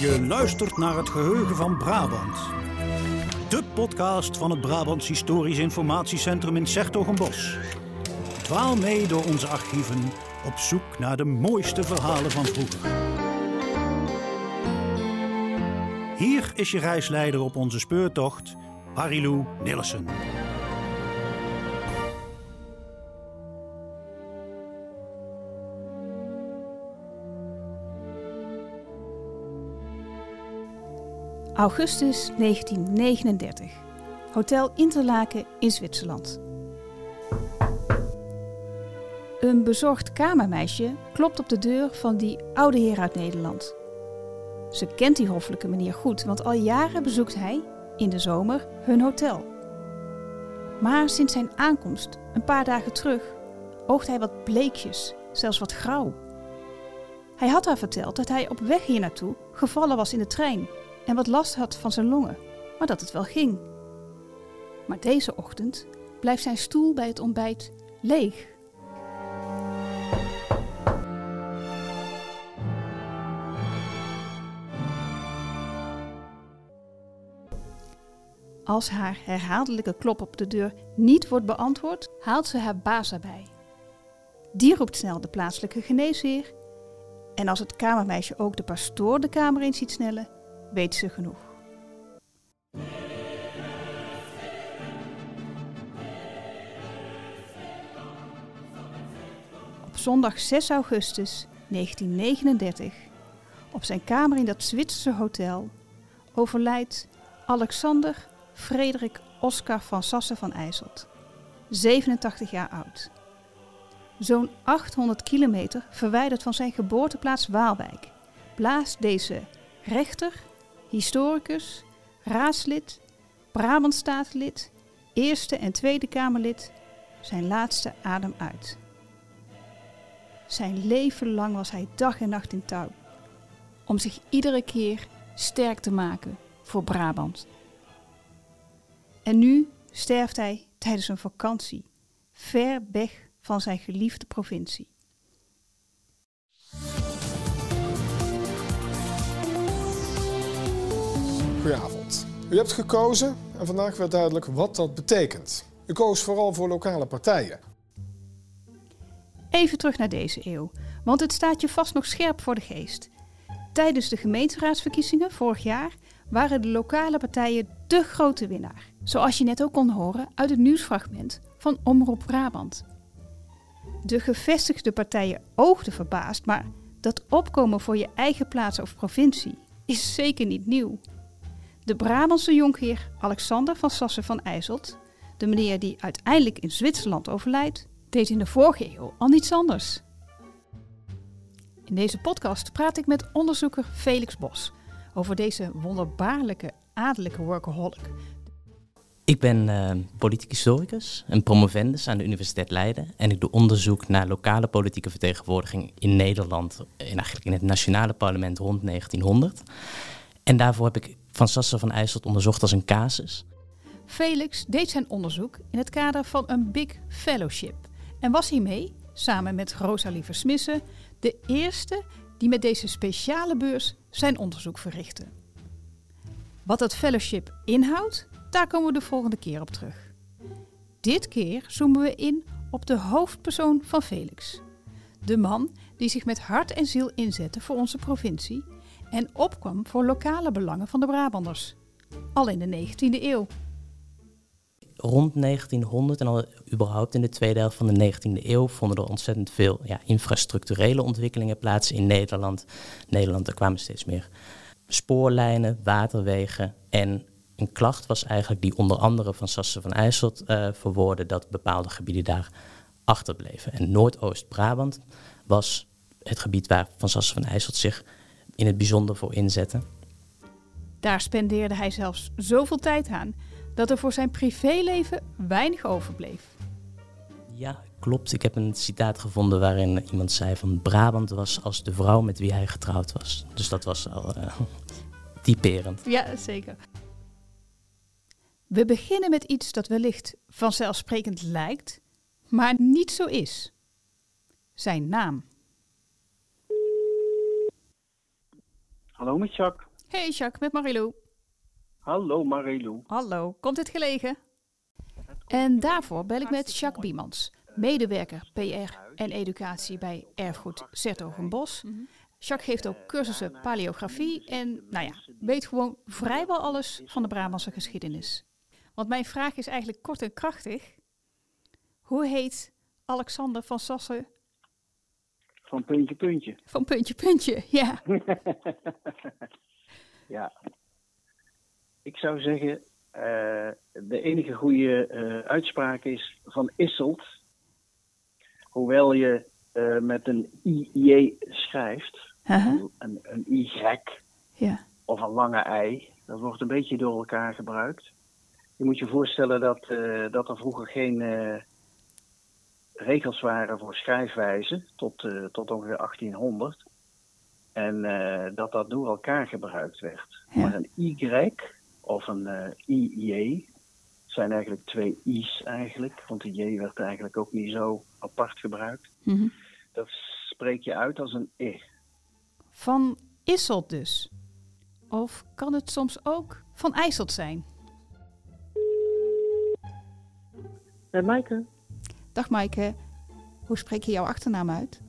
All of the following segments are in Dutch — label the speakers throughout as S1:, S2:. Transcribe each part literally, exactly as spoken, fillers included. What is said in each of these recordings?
S1: Je luistert naar Het Geheugen van Brabant. De podcast van het Brabants Historisch Informatiecentrum in 's-Hertogenbosch. Dwaal mee door onze archieven op zoek naar de mooiste verhalen van vroeger. Hier is je reisleider op onze speurtocht, Marilou Nilssen.
S2: Augustus negentien negenendertig. Hotel Interlaken in Zwitserland. Een bezorgd kamermeisje klopt op de deur van die oude heer uit Nederland. Ze kent die hoffelijke meneer goed, want al jaren bezoekt hij, in de zomer, hun hotel. Maar sinds zijn aankomst, een paar dagen terug, oogt hij wat bleekjes, zelfs wat grauw. Hij had haar verteld dat hij op weg hier naartoe gevallen was in de trein en wat last had van zijn longen, maar dat het wel ging. Maar deze ochtend blijft zijn stoel bij het ontbijt leeg. Als haar herhaaldelijke klop op de deur niet wordt beantwoord, haalt ze haar baas erbij. Die roept snel de plaatselijke geneesheer en als het kamermeisje ook de pastoor de kamer in ziet snellen, weet ze genoeg. Op zondag zes augustus negentien negenendertig, op zijn kamer in dat Zwitserse hotel, overlijdt Alexander Frederik Oskar van Sassen van IJsselt, zevenentachtig jaar oud. Zo'n achthonderd kilometer verwijderd van zijn geboorteplaats Waalwijk blaast deze rechter, historicus, raadslid, Brabantstatenlid, Eerste en Tweede Kamerlid zijn laatste adem uit. Zijn leven lang was hij dag en nacht in touw, om zich iedere keer sterk te maken voor Brabant. En nu sterft hij tijdens een vakantie, ver weg van zijn geliefde provincie.
S3: Goedenavond. U hebt gekozen en vandaag werd duidelijk wat dat betekent. U koos vooral voor lokale partijen.
S2: Even terug naar deze eeuw, want het staat je vast nog scherp voor de geest. Tijdens de gemeenteraadsverkiezingen vorig jaar waren de lokale partijen dé grote winnaar. Zoals je net ook kon horen uit het nieuwsfragment van Omroep Brabant. De gevestigde partijen oogden verbaasd, maar dat opkomen voor je eigen plaats of provincie is zeker niet nieuw. De Brabantse jonkheer Alexander van Sassen van IJsselt, de meneer die uiteindelijk in Zwitserland overlijdt, deed in de vorige eeuw al niets anders. In deze podcast praat ik met onderzoeker Felix Bos over deze wonderbaarlijke adellijke workaholic.
S4: Ik ben uh, politiek historicus en promovendus aan de Universiteit Leiden en ik doe onderzoek naar lokale politieke vertegenwoordiging in Nederland, en eigenlijk in het nationale parlement rond negentienhonderd. En daarvoor heb ik Van Sassen van IJsselt onderzocht als een casus.
S2: Felix deed zijn onderzoek in het kader van een Big Fellowship en was hiermee, samen met Rosalie Versmissen, de eerste die met deze speciale beurs zijn onderzoek verrichtte. Wat dat fellowship inhoudt, daar komen we de volgende keer op terug. Dit keer zoomen we in op de hoofdpersoon van Felix. De man die zich met hart en ziel inzette voor onze provincie en opkwam voor lokale belangen van de Brabanders. Al in de negentiende eeuw.
S4: Rond negentienhonderd en al überhaupt in de tweede helft van de negentiende eeuw vonden er ontzettend veel ja, infrastructurele ontwikkelingen plaats in Nederland. Nederland, er kwamen steeds meer spoorlijnen, waterwegen en een klacht was eigenlijk die onder andere van Sassen van IJsselt uh, verwoordde dat bepaalde gebieden daar achterbleven. En Noordoost-Brabant was het gebied waar van Sassen van IJsselt zich in het bijzonder voor inzette.
S2: Daar spendeerde hij zelfs zoveel tijd aan dat er voor zijn privéleven weinig overbleef.
S4: Ja, klopt. Ik heb een citaat gevonden waarin iemand zei van Brabant was als de vrouw met wie hij getrouwd was. Dus dat was al uh, typerend.
S2: Ja, zeker. We beginnen met iets dat wellicht vanzelfsprekend lijkt, maar niet zo is. Zijn naam.
S5: Hallo met Jacques.
S2: Hey Jacques, met Marilou.
S5: Hallo Marilou.
S2: Hallo, komt het gelegen? En daarvoor bel ik met Jacques Biemans, medewerker P R en educatie bij Erfgoed 's-Hertogenbosch. Jacques geeft ook cursussen paleografie en nou ja, weet gewoon vrijwel alles van de Brabantse geschiedenis. Want mijn vraag is eigenlijk kort en krachtig. Hoe heet Alexander van Sasse?
S5: Van puntje puntje.
S2: Van puntje puntje, ja.
S5: Ja. Ik zou zeggen, uh, de enige goede uh, uitspraak is van Isselt. Hoewel je uh, met een I J schrijft, uh-huh. een, een Y ja. of een lange I, dat wordt een beetje door elkaar gebruikt. Je moet je voorstellen dat, uh, dat er vroeger geen uh, regels waren voor schrijfwijze, tot, uh, tot ongeveer achttienhonderd. En uh, dat dat door elkaar gebruikt werd. Ja. Maar een Y of een uh, I J zijn eigenlijk twee I's eigenlijk. Want de J werd eigenlijk ook niet zo apart gebruikt. Mm-hmm. Dat spreek je uit als een I.
S2: Van Isselt dus? Of kan het soms ook van IJsselt zijn?
S6: Uh, Maaike.
S2: Dag Maaike. Hoe spreek je jouw achternaam uit?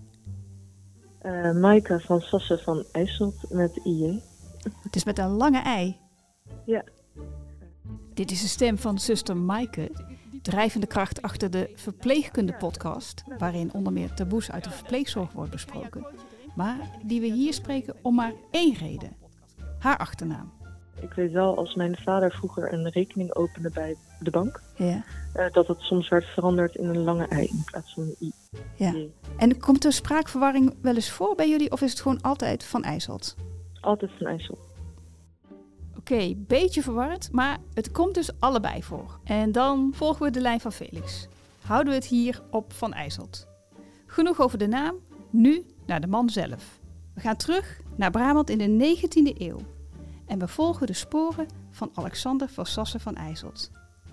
S6: Uh, Maaike van Sasse van IJsselt met I J.
S2: Het is met een lange I.
S6: Ja.
S2: Dit is de stem van zuster Maaike, drijvende kracht achter de Verpleegkunde-podcast, waarin onder meer taboes uit de verpleegzorg wordt besproken, maar die we hier spreken om maar één reden. Haar achternaam.
S6: Ik weet wel, als mijn vader vroeger een rekening opende bij de bank,
S2: ja.
S6: uh, dat het soms werd veranderd in een lange I in plaats van een I.
S2: Ja. En komt er spraakverwarring wel eens voor bij jullie, of is het gewoon altijd van IJsselt?
S6: Altijd van IJsselt.
S2: Oké, okay, beetje verwarrend, maar het komt dus allebei voor. En dan volgen we de lijn van Felix. Houden we het hier op van IJsselt. Genoeg over de naam, nu naar de man zelf. We gaan terug naar Brabant in de negentiende eeuw. En we volgen de sporen van Alexander van Sasse van IJsselt.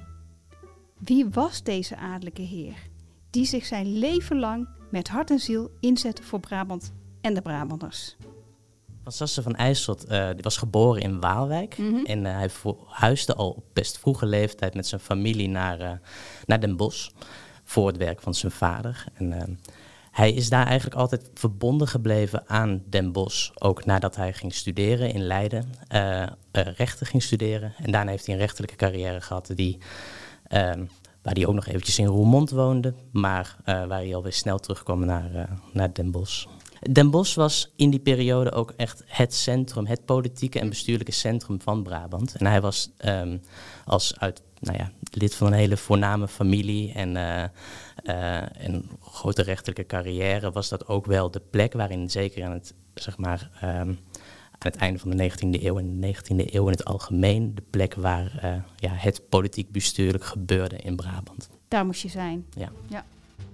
S2: Wie was deze adellijke heer, die zich zijn leven lang met hart en ziel inzette voor Brabant en de Brabanders?
S4: Van Sasse van IJsselt uh, die was geboren in Waalwijk. Mm-hmm. En uh, hij verhuisde al op best vroege leeftijd met zijn familie naar, uh, naar Den Bosch voor het werk van zijn vader. En uh, hij is daar eigenlijk altijd verbonden gebleven aan Den Bosch. Ook nadat hij ging studeren in Leiden, uh, uh, rechten ging studeren. En daarna heeft hij een rechterlijke carrière gehad die, uh, waar hij ook nog eventjes in Roermond woonde. Maar uh, waar hij alweer snel terugkwam naar, uh, naar Den Bosch. Den Bosch was in die periode ook echt het centrum, het politieke en bestuurlijke centrum van Brabant. En hij was um, als uit, nou ja, lid van een hele voorname familie en uh, uh, een grote rechterlijke carrière, was dat ook wel de plek waarin zeker aan het, zeg maar, um, aan het einde van de negentiende eeuw en de negentiende eeuw in het algemeen de plek waar uh, ja, het politiek bestuurlijk gebeurde in Brabant.
S2: Daar moest je zijn.
S4: Ja.
S2: ja.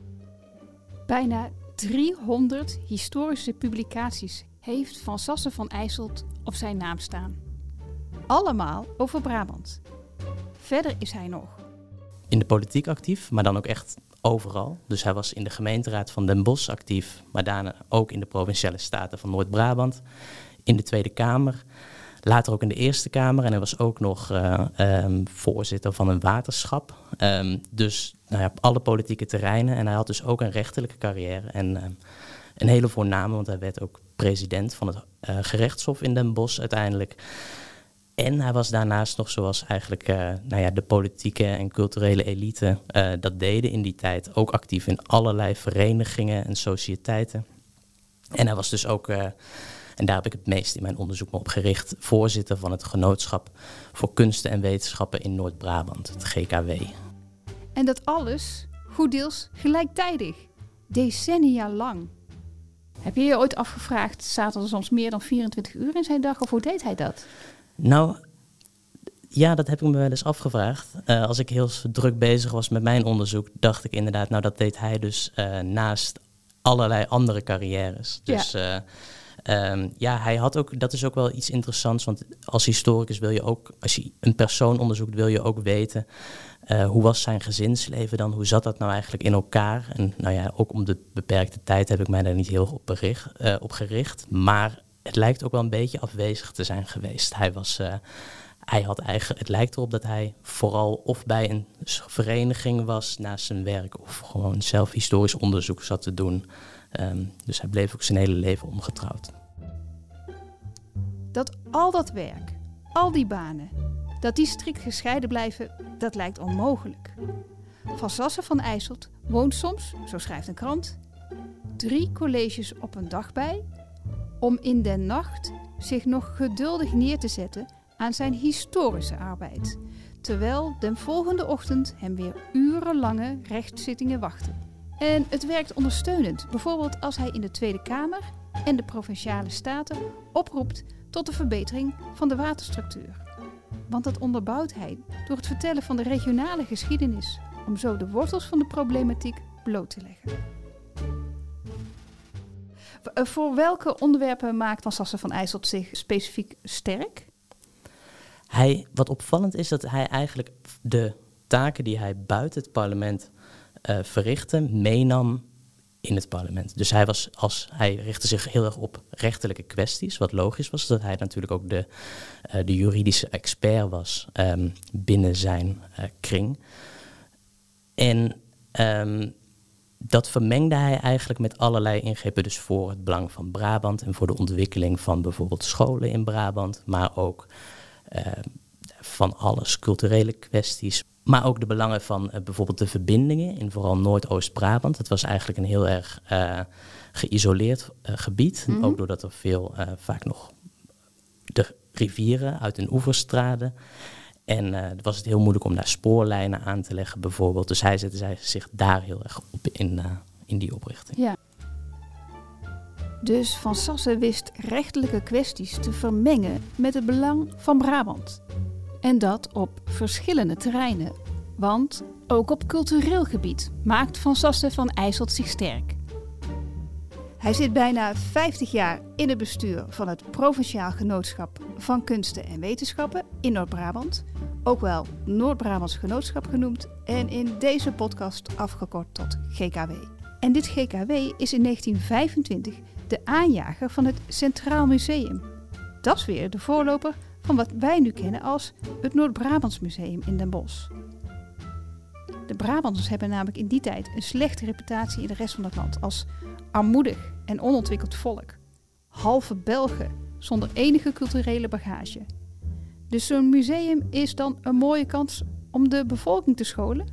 S2: Bijna driehonderd historische publicaties heeft Van Sasse van IJsselt op zijn naam staan. Allemaal over Brabant. Verder is hij nog
S4: in de politiek actief, maar dan ook echt overal. Dus hij was in de gemeenteraad van Den Bosch actief, maar daarna ook in de Provinciale Staten van Noord-Brabant, in de Tweede Kamer, later ook in de Eerste Kamer. En hij was ook nog uh, um, voorzitter van een waterschap. Um, dus nou ja, op alle politieke terreinen. En hij had dus ook een rechterlijke carrière. En uh, een hele voorname, want hij werd ook president van het uh, gerechtshof in Den Bosch uiteindelijk. En hij was daarnaast nog, zoals eigenlijk uh, nou ja, de politieke en culturele elite uh, dat deden in die tijd, ook actief in allerlei verenigingen en sociëteiten. En hij was dus ook, uh, en daar heb ik het meest in mijn onderzoek me op gericht, voorzitter van het Genootschap voor Kunsten en Wetenschappen in Noord-Brabant, het G K W.
S2: En dat alles goed deels gelijktijdig, decennia lang. Heb je je ooit afgevraagd, zaten er soms meer dan vierentwintig uur in zijn dag, of hoe deed hij dat?
S4: Nou, ja, dat heb ik me wel eens afgevraagd. Uh, als ik heel druk bezig was met mijn onderzoek, dacht ik inderdaad, nou dat deed hij dus uh, naast allerlei andere carrières. Dus ja. Uh, um, ja, hij had ook, dat is ook wel iets interessants, want als historicus wil je ook, als je een persoon onderzoekt, wil je ook weten, uh, hoe was zijn gezinsleven dan? Hoe zat dat nou eigenlijk in elkaar? En nou ja, ook om de beperkte tijd heb ik mij daar niet heel op, bericht, uh, op gericht, maar het lijkt ook wel een beetje afwezig te zijn geweest. Hij was, uh, hij had eigen, het lijkt erop dat hij vooral of bij een vereniging was naast zijn werk of gewoon zelf historisch onderzoek zat te doen. Um, dus hij bleef ook zijn hele leven ongetrouwd.
S2: Dat al dat werk, al die banen, dat die strikt gescheiden blijven, dat lijkt onmogelijk. Van Sassen van IJsselt woont soms, zo schrijft een krant, drie colleges op een dag bij, om in de nacht zich nog geduldig neer te zetten aan zijn historische arbeid, terwijl de volgende ochtend hem weer urenlange rechtszittingen wachten. En het werkt ondersteunend, bijvoorbeeld als hij in de Tweede Kamer en de Provinciale Staten oproept tot de verbetering van de waterstructuur. Want dat onderbouwt hij door het vertellen van de regionale geschiedenis, om zo de wortels van de problematiek bloot te leggen. Voor welke onderwerpen maakt Van Sassen van IJsselt zich specifiek sterk?
S4: Hij, wat opvallend is dat hij eigenlijk de taken die hij buiten het parlement uh, verrichtte, meenam in het parlement. Dus hij, was als, hij richtte zich heel erg op rechterlijke kwesties, wat logisch was, dat hij natuurlijk ook de, uh, de juridische expert was um, binnen zijn uh, kring. En um, dat vermengde hij eigenlijk met allerlei ingrepen, dus voor het belang van Brabant en voor de ontwikkeling van bijvoorbeeld scholen in Brabant, maar ook uh, van alles, culturele kwesties, maar ook de belangen van uh, bijvoorbeeld de verbindingen in vooral Noordoost-Brabant. Het was eigenlijk een heel erg uh, geïsoleerd uh, gebied, mm-hmm. ook doordat er veel, uh, vaak nog de rivieren uit hun oevers traden. En uh, was het heel moeilijk om daar spoorlijnen aan te leggen bijvoorbeeld. Dus hij zette zich daar heel erg op in, uh, in die oprichting.
S2: Ja. Dus Van Sassen wist rechtelijke kwesties te vermengen met het belang van Brabant. En dat op verschillende terreinen. Want ook op cultureel gebied maakt Van Sassen van IJsselt zich sterk. Hij zit bijna vijftig jaar in het bestuur van het Provinciaal Genootschap van Kunsten en Wetenschappen in Noord-Brabant, ook wel Noord-Brabants Genootschap genoemd en in deze podcast afgekort tot G K W. En dit G K W is in negentien vijfentwintig de aanjager van het Centraal Museum. Dat is weer de voorloper van wat wij nu kennen als het Noord-Brabants Museum in Den Bosch. De Brabanders hebben namelijk in die tijd een slechte reputatie in de rest van het land als armoedig en onontwikkeld volk. Halve Belgen zonder enige culturele bagage. Dus zo'n museum is dan een mooie kans om de bevolking te scholen?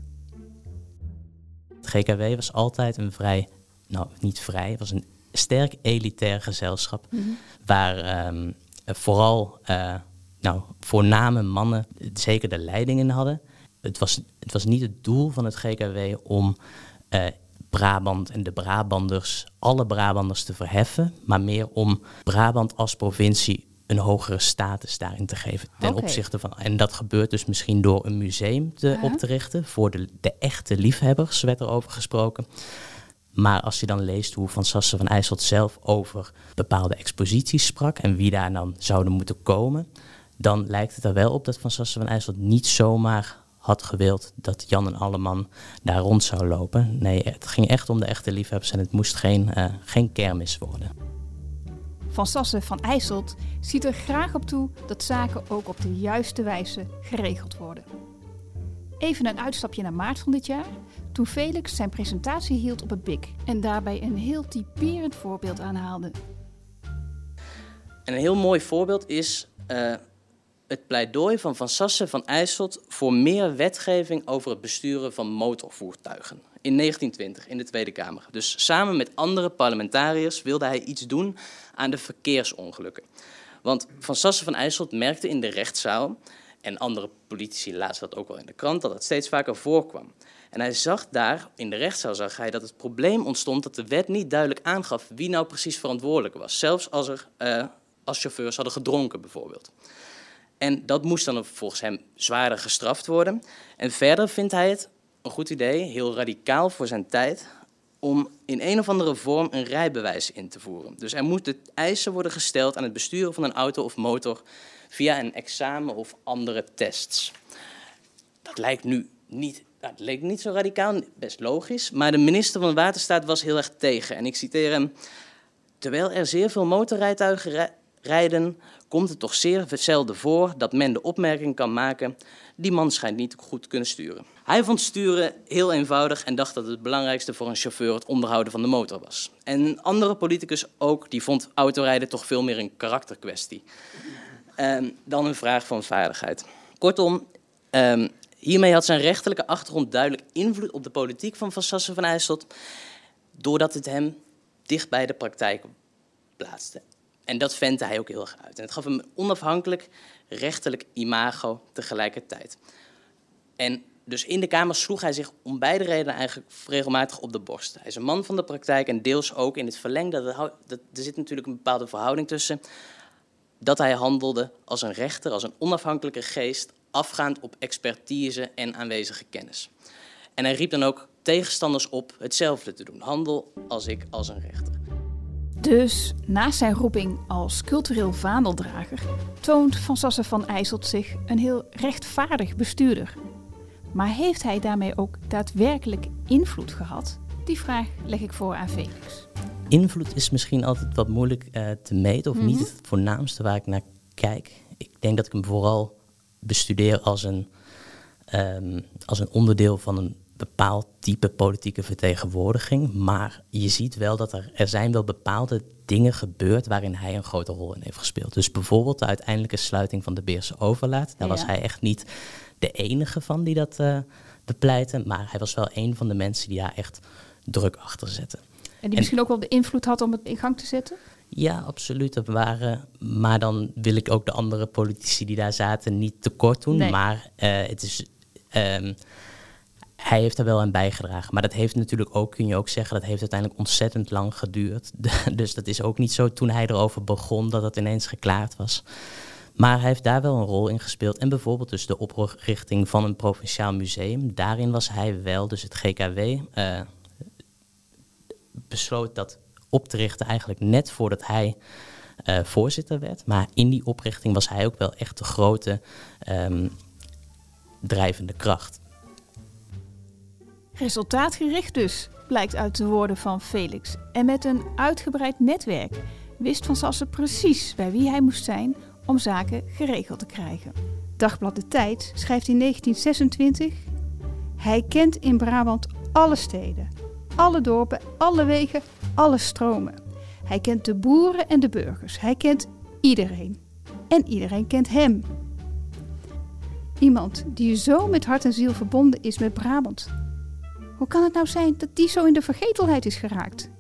S4: Het G K W was altijd een vrij, nou niet vrij, het was een sterk elitair gezelschap. Mm-hmm. Waar um, vooral uh, nou, voorname mannen zeker de leiding in hadden. Het was, het was niet het doel van het G K W om uh, Brabant en de Brabanders, alle Brabanders te verheffen, maar meer om Brabant als provincie een hogere status daarin te geven ten okay. opzichte van. En dat gebeurt dus misschien door een museum te, uh-huh. op te richten. Voor de, de echte liefhebbers werd er over gesproken. Maar als je dan leest hoe Van Sassen van IJsselt zelf over bepaalde exposities sprak en wie daar dan zouden moeten komen, dan lijkt het er wel op dat Van Sassen van IJsselt niet zomaar had gewild dat Jan en Alleman daar rond zou lopen. Nee, het ging echt om de echte liefhebbers en het moest geen, uh, geen kermis worden.
S2: Van Sassen van IJsselt ziet er graag op toe dat zaken ook op de juiste wijze geregeld worden. Even een uitstapje naar maart van dit jaar, toen Felix zijn presentatie hield op het B I C en daarbij een heel typerend voorbeeld aanhaalde.
S4: En een heel mooi voorbeeld is uh, het pleidooi van Van Sassen van IJsselt voor meer wetgeving over het besturen van motorvoertuigen. In negentien twintig in de Tweede Kamer. Dus samen met andere parlementariërs wilde hij iets doen aan de verkeersongelukken. Want Van Sassen van IJsselt merkte in de rechtszaal, en andere politici lazen dat ook wel in de krant, dat het steeds vaker voorkwam. En hij zag daar, in de rechtszaal zag hij dat het probleem ontstond dat de wet niet duidelijk aangaf wie nou precies verantwoordelijk was. Zelfs als, er, uh, als chauffeurs hadden gedronken bijvoorbeeld. En dat moest dan volgens hem zwaarder gestraft worden. En verder vindt hij het een goed idee, heel radicaal voor zijn tijd, om in een of andere vorm een rijbewijs in te voeren. Dus er moeten eisen worden gesteld aan het besturen van een auto of motor via een examen of andere tests. Dat lijkt nu niet, nou, dat leek niet zo radicaal, best logisch, maar de minister van Waterstaat was heel erg tegen. En ik citeer hem: terwijl er zeer veel motorrijtuigen rijden komt het toch zeer zelden voor dat men de opmerking kan maken: die man schijnt niet goed te kunnen sturen. Hij vond sturen heel eenvoudig en dacht dat het belangrijkste voor een chauffeur het onderhouden van de motor was. En een andere politicus ook, die vond autorijden toch veel meer een karakterkwestie um, dan een vraag van vaardigheid. Kortom, um, hiermee had zijn rechterlijke achtergrond duidelijk invloed op de politiek van Van Sassen van Aeschot, doordat het hem dicht bij de praktijk plaatste. En dat ventte hij ook heel erg uit. En het gaf hem een onafhankelijk rechterlijk imago tegelijkertijd. En dus in de Kamer sloeg hij zich om beide redenen eigenlijk regelmatig op de borst. Hij is een man van de praktijk en deels ook in het verlengde. Dat, dat, er zit natuurlijk een bepaalde verhouding tussen. Dat hij handelde als een rechter, als een onafhankelijke geest, afgaand op expertise en aanwezige kennis. En hij riep dan ook tegenstanders op hetzelfde te doen. Handel als ik als een rechter.
S2: Dus naast zijn roeping als cultureel vaandeldrager toont Van Sassen van Aeschot zich een heel rechtvaardig bestuurder. Maar heeft hij daarmee ook daadwerkelijk invloed gehad? Die vraag leg ik voor aan Felix.
S4: Invloed is misschien altijd wat moeilijk uh, te meten of mm-hmm. niet het voornaamste waar ik naar kijk. Ik denk dat ik hem vooral bestudeer als een, um, als een onderdeel van een bepaald type politieke vertegenwoordiging. Maar je ziet wel dat er, er zijn wel bepaalde dingen gebeurd waarin hij een grote rol in heeft gespeeld. Dus bijvoorbeeld de uiteindelijke sluiting van de Beerse Overlaat. Daar ja. was hij echt niet de enige van die dat uh, bepleitte. Maar hij was wel een van de mensen die daar echt druk achter zetten.
S2: En die en, misschien ook wel de invloed had om het in gang te zetten?
S4: Ja, absoluut. Dat waren, maar dan wil ik ook de andere politici die daar zaten niet tekort doen. Nee. Maar uh, het is... Um, Hij heeft er wel aan bijgedragen. Maar dat heeft natuurlijk ook, kun je ook zeggen, dat heeft uiteindelijk ontzettend lang geduurd. Dus dat is ook niet zo toen hij erover begon dat het ineens geklaard was. Maar hij heeft daar wel een rol in gespeeld. En bijvoorbeeld dus de oprichting van een provinciaal museum. Daarin was hij wel, dus het G K W, uh, besloot dat op te richten eigenlijk net voordat hij uh, voorzitter werd. Maar in die oprichting was hij ook wel echt de grote um, drijvende kracht.
S2: Resultaatgericht dus, blijkt uit de woorden van Felix. En met een uitgebreid netwerk wist Van Sassen precies bij wie hij moest zijn om zaken geregeld te krijgen. Dagblad De Tijd schrijft in negentien zesentwintig... Hij kent in Brabant alle steden, alle dorpen, alle wegen, alle stromen. Hij kent de boeren en de burgers. Hij kent iedereen. En iedereen kent hem. Iemand die zo met hart en ziel verbonden is met Brabant. Hoe kan het nou zijn dat die zo in de vergetelheid is geraakt?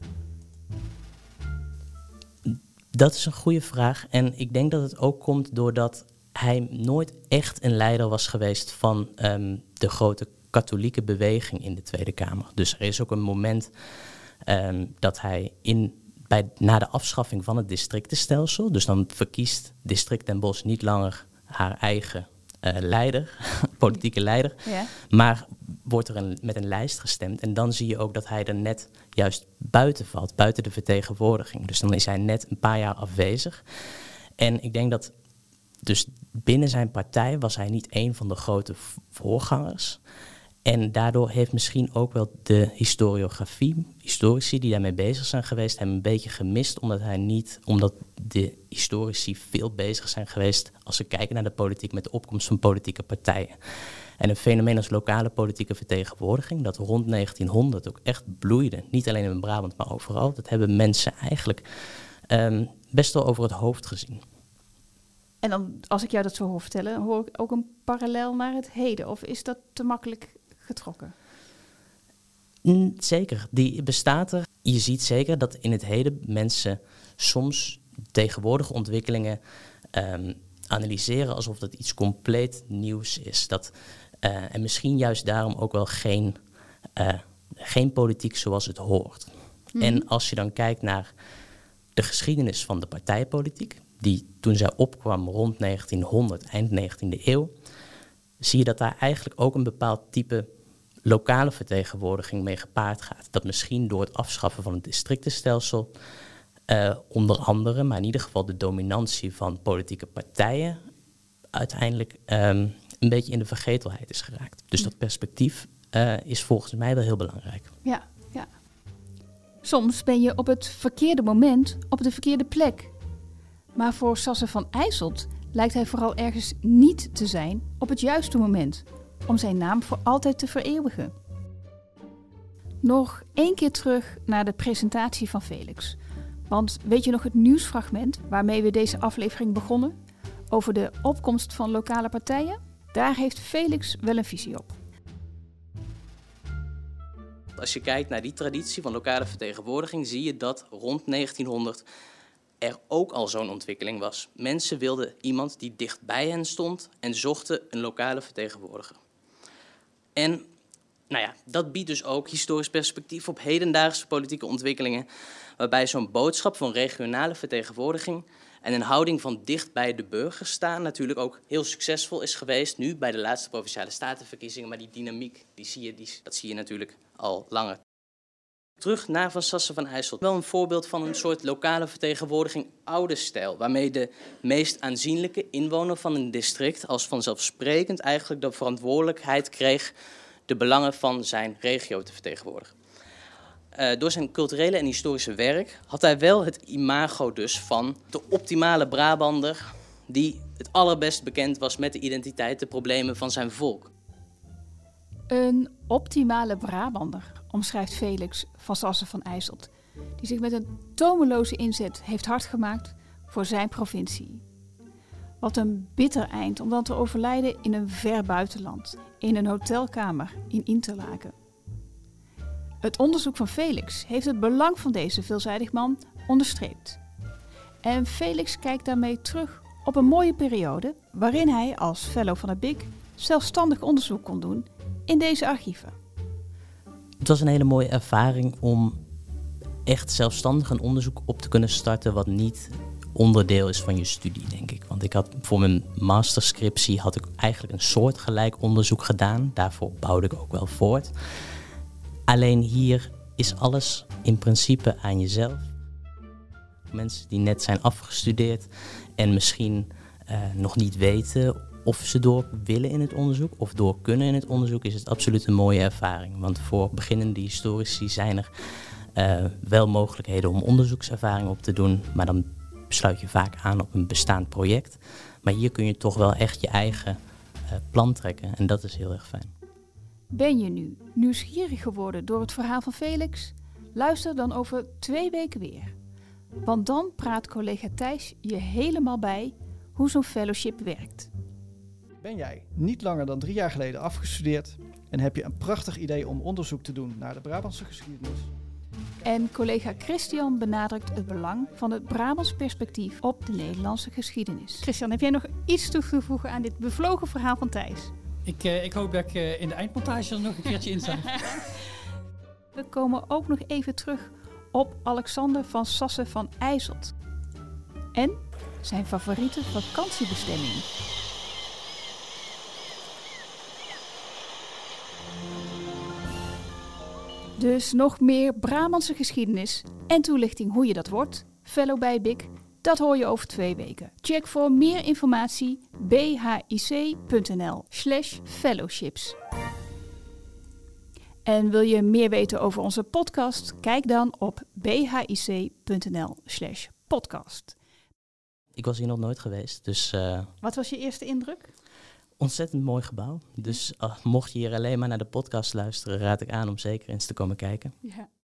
S4: Dat is een goede vraag. En ik denk dat het ook komt doordat hij nooit echt een leider was geweest van um, de grote katholieke beweging in de Tweede Kamer. Dus er is ook een moment um, dat hij in, bij, na de afschaffing van het districtenstelsel, dus dan verkiest district Den Bosch niet langer haar eigen uh, leider, politieke leider, ja. maar wordt er een, met een lijst gestemd. En dan zie je ook dat hij er net juist buiten valt, buiten de vertegenwoordiging. Dus dan is hij net een paar jaar afwezig. En ik denk dat dus binnen zijn partij was hij niet een van de grote voorgangers. En daardoor heeft misschien ook wel de historiografie, historici die daarmee bezig zijn geweest, hem een beetje gemist, omdat hij niet, omdat de historici veel bezig zijn geweest als ze kijken naar de politiek met de opkomst van politieke partijen. En een fenomeen als lokale politieke vertegenwoordiging, dat rond negentienhonderd ook echt bloeide, niet alleen in Brabant, maar overal, dat hebben mensen eigenlijk um, best wel over het hoofd gezien.
S2: En dan, als ik jou dat zo hoor vertellen, hoor ik ook een parallel naar het heden. Of is dat te makkelijk getrokken?
S4: Mm, zeker, die bestaat er. Je ziet zeker dat in het heden mensen soms tegenwoordige ontwikkelingen um, analyseren alsof dat iets compleet nieuws is. Dat, uh, en misschien juist daarom ook wel geen, uh, geen politiek zoals het hoort. Mm-hmm. En als je dan kijkt naar de geschiedenis van de partijpolitiek, die toen zij opkwam rond negentienhonderd, eind negentiende eeuw, zie je dat daar eigenlijk ook een bepaald type lokale vertegenwoordiging mee gepaard gaat. Dat misschien door het afschaffen van het districtenstelsel, uh, onder andere, maar in ieder geval de dominantie van politieke partijen, uiteindelijk um, een beetje in de vergetelheid is geraakt. Dus dat perspectief uh, is volgens mij wel heel belangrijk.
S2: Ja, ja. Soms ben je op het verkeerde moment op de verkeerde plek. Maar voor Sasse van IJsselt lijkt hij vooral ergens niet te zijn op het juiste moment om zijn naam voor altijd te vereeuwigen. Nog één keer terug naar de presentatie van Felix. Want weet je nog het nieuwsfragment waarmee we deze aflevering begonnen? Over de opkomst van lokale partijen? Daar heeft Felix wel een visie op.
S4: Als je kijkt naar die traditie van lokale vertegenwoordiging, zie je dat rond negentienhonderd er ook al zo'n ontwikkeling was. Mensen wilden iemand die dicht bij hen stond en zochten een lokale vertegenwoordiger. En nou ja, dat biedt dus ook historisch perspectief op hedendaagse politieke ontwikkelingen, waarbij zo'n boodschap van regionale vertegenwoordiging en een houding van dicht bij de burger staan natuurlijk ook heel succesvol is geweest. Nu bij de laatste Provinciale Statenverkiezingen, maar die dynamiek, die zie je, die, dat zie je natuurlijk al langer. Terug naar Van Sasse van IJsselt. Wel een voorbeeld van een soort lokale vertegenwoordiging oude stijl, waarmee de meest aanzienlijke inwoner van een district als vanzelfsprekend eigenlijk de verantwoordelijkheid kreeg de belangen van zijn regio te vertegenwoordigen. Uh, door zijn culturele en historische werk had hij wel het imago dus van de optimale Brabander die het allerbest bekend was met de identiteit, de problemen van zijn volk.
S2: Een optimale Brabander, omschrijft Felix van Sasse van IJsselt, die zich met een tomeloze inzet heeft hard gemaakt voor zijn provincie. Wat een bitter eind om dan te overlijden in een ver buitenland, in een hotelkamer in Interlaken. Het onderzoek van Felix heeft het belang van deze veelzijdig man onderstreept. En Felix kijkt daarmee terug op een mooie periode waarin hij als fellow van het B I C zelfstandig onderzoek kon doen in deze archieven.
S4: Het was een hele mooie ervaring om echt zelfstandig een onderzoek op te kunnen starten wat niet onderdeel is van je studie, denk ik. Want ik had voor mijn masterscriptie had ik eigenlijk een soortgelijk onderzoek gedaan. Daarvoor bouwde ik ook wel voort. Alleen hier is alles in principe aan jezelf. Mensen die net zijn afgestudeerd en misschien uh, nog niet weten of ze door willen in het onderzoek of door kunnen in het onderzoek, is het absoluut een mooie ervaring. Want voor beginnende historici zijn er uh, wel mogelijkheden om onderzoekservaring op te doen, maar dan sluit je vaak aan op een bestaand project. Maar hier kun je toch wel echt je eigen uh, plan trekken en dat is heel erg fijn.
S2: Ben je nu nieuwsgierig geworden door het verhaal van Felix? Luister dan over twee weken weer. Want dan praat collega Thijs je helemaal bij hoe zo'n fellowship werkt.
S7: Ben jij niet langer dan drie jaar geleden afgestudeerd en heb je een prachtig idee om onderzoek te doen naar de Brabantse geschiedenis?
S2: En collega Christian benadrukt het belang van het Brabants perspectief op de Nederlandse geschiedenis. Christian, heb jij nog iets toe te voegen aan dit bevlogen verhaal van Thijs?
S8: Ik, uh, ik hoop dat ik uh, in de eindmontage er nog een keertje in sta.
S2: We komen ook nog even terug op Alexander van Sasse van IJsselt. En zijn favoriete vakantiebestemming. Dus nog meer Brabantse geschiedenis en toelichting hoe je dat wordt, fellow bij B I C, dat hoor je over twee weken. Check voor meer informatie bhic.nl slash fellowships. En wil je meer weten over onze podcast? Kijk dan op bhic.nl slash podcast.
S4: Ik was hier nog nooit geweest, dus... Uh,
S2: Wat was je eerste indruk?
S4: Ontzettend mooi gebouw. Dus uh, mocht je hier alleen maar naar de podcast luisteren, raad ik aan om zeker eens te komen kijken.
S2: Ja.